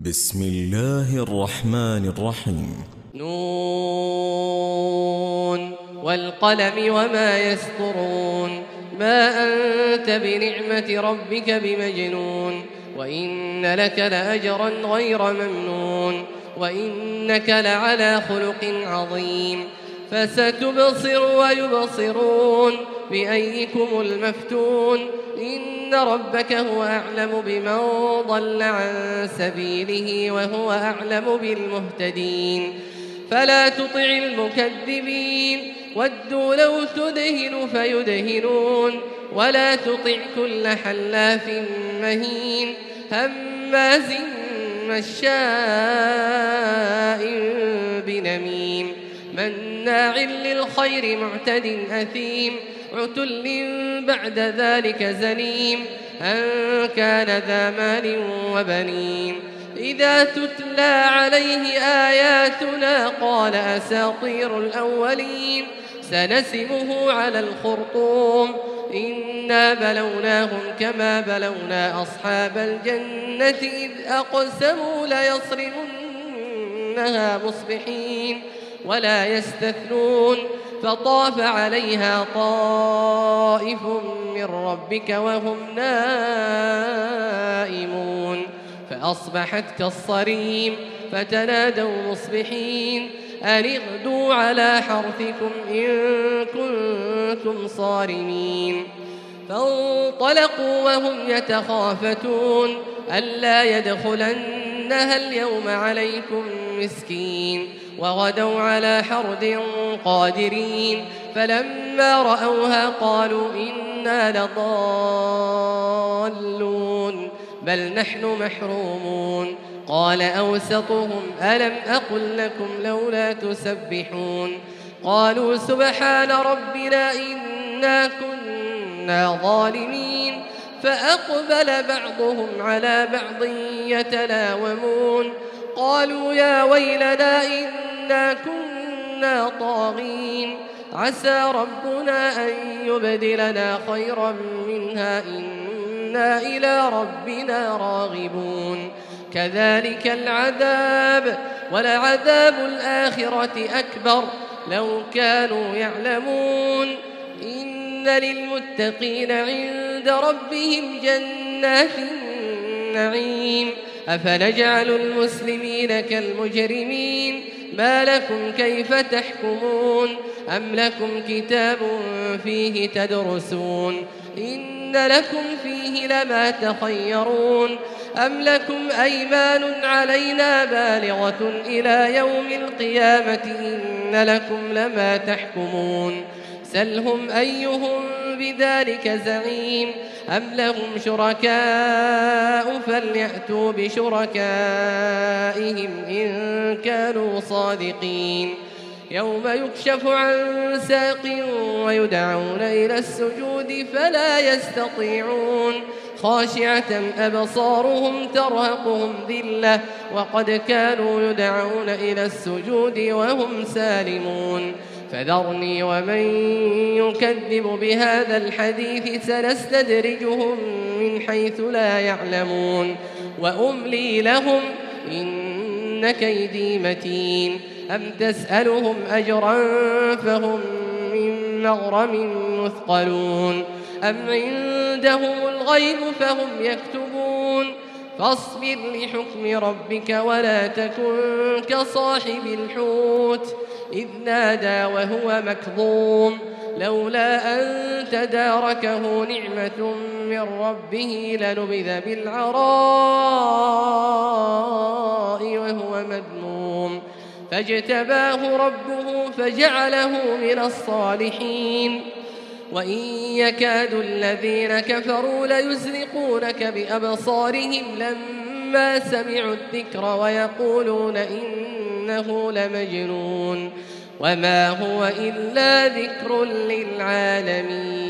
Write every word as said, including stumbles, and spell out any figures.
بسم الله الرحمن الرحيم. نون والقلم وما يسطرون. ما أنت بنعمة ربك بمجنون. وإن لك لأجرا غير ممنون. وإنك لعلى خلق عظيم. فستبصر ويبصرون بأيكم المفتون. إن ربك هو أعلم بمن ضل عن سبيله وهو أعلم بالمهتدين. فلا تطع المكذبين ودوا لو تدهن فيدهنون. ولا تطع كل حلاف مهين هماز مشاء بنميم مناع للخير معتد أثيم عتل بعد ذلك زنيم أن كان ذا مال وبنين. إذا تتلى عليه آياتنا قال أساطير الأولين سنسمه على الخرطوم. إنا بلوناهم كما بلونا أصحاب الجنة إذ أقسموا ليصرمنها مصبحين ولا يستثنون. فطاف عليها طائف من ربك وهم نائمون فأصبحت كالصريم. فتنادوا مصبحين أن اغدوا على حرثكم إن كنتم صارمين. فانطلقوا وهم يتخافتون ألا يدخلنها اليوم عليكم مسكين. وغدوا على حرد قادرين. فلما رأوها قالوا إنا لضالون بل نحن محرومون. قال أوسطهم ألم أقل لكم لولا تسبحون. قالوا سبحان ربنا إنا كنا ظالمين. فأقبل بعضهم على بعض يتلاومون قالوا يا ويلنا إنا كنا طاغين عسى ربنا أن يبدلنا خيرا منها إنا إلى ربنا راغبون. كذلك العذاب ولعذاب الآخرة أكبر لو كانوا يعلمون. إن للمتقين عند ربهم جنات النعيم. أفنجعل المسلمين كالمجرمين ما لكم كيف تحكمون. أم لكم كتاب فيه تدرسون إن لكم فيه لما تخيرون. أم لكم أيمان علينا بالغة إلى يوم القيامة إن لكم لما تحكمون. سلهم أيهم بذلك زعيم. أم لهم شركاء فليأتوا بشركائهم إن كانوا صادقين. يوم يكشف عن ساق ويدعون إلى السجود فلا يستطيعون. خاشعة أبصارهم ترهقهم ذلة وقد كانوا يدعون إلى السجود وهم سالمون. فذرني ومن يكذب بهذا الحديث سنستدرجهم من حيث لا يعلمون وأملي لهم إن كيدي متين. أم تسألهم أجرا فهم من مغرم مثقلون. أم عندهم الغيب فهم يكتبون. فاصبر لحكم ربك ولا تكن كصاحب الحوت إذ نادى وهو مكظوم لولا أن تداركه نعمة من ربه لنبذ بالعراء وهو مذموم. فاجتباه ربه فجعله من الصالحين. وإن يكاد الذين كفروا ليزلقونك بأبصارهم لما سمعوا الذكر ويقولون إنه لمجنون وما هو إلا ذكر للعالمين.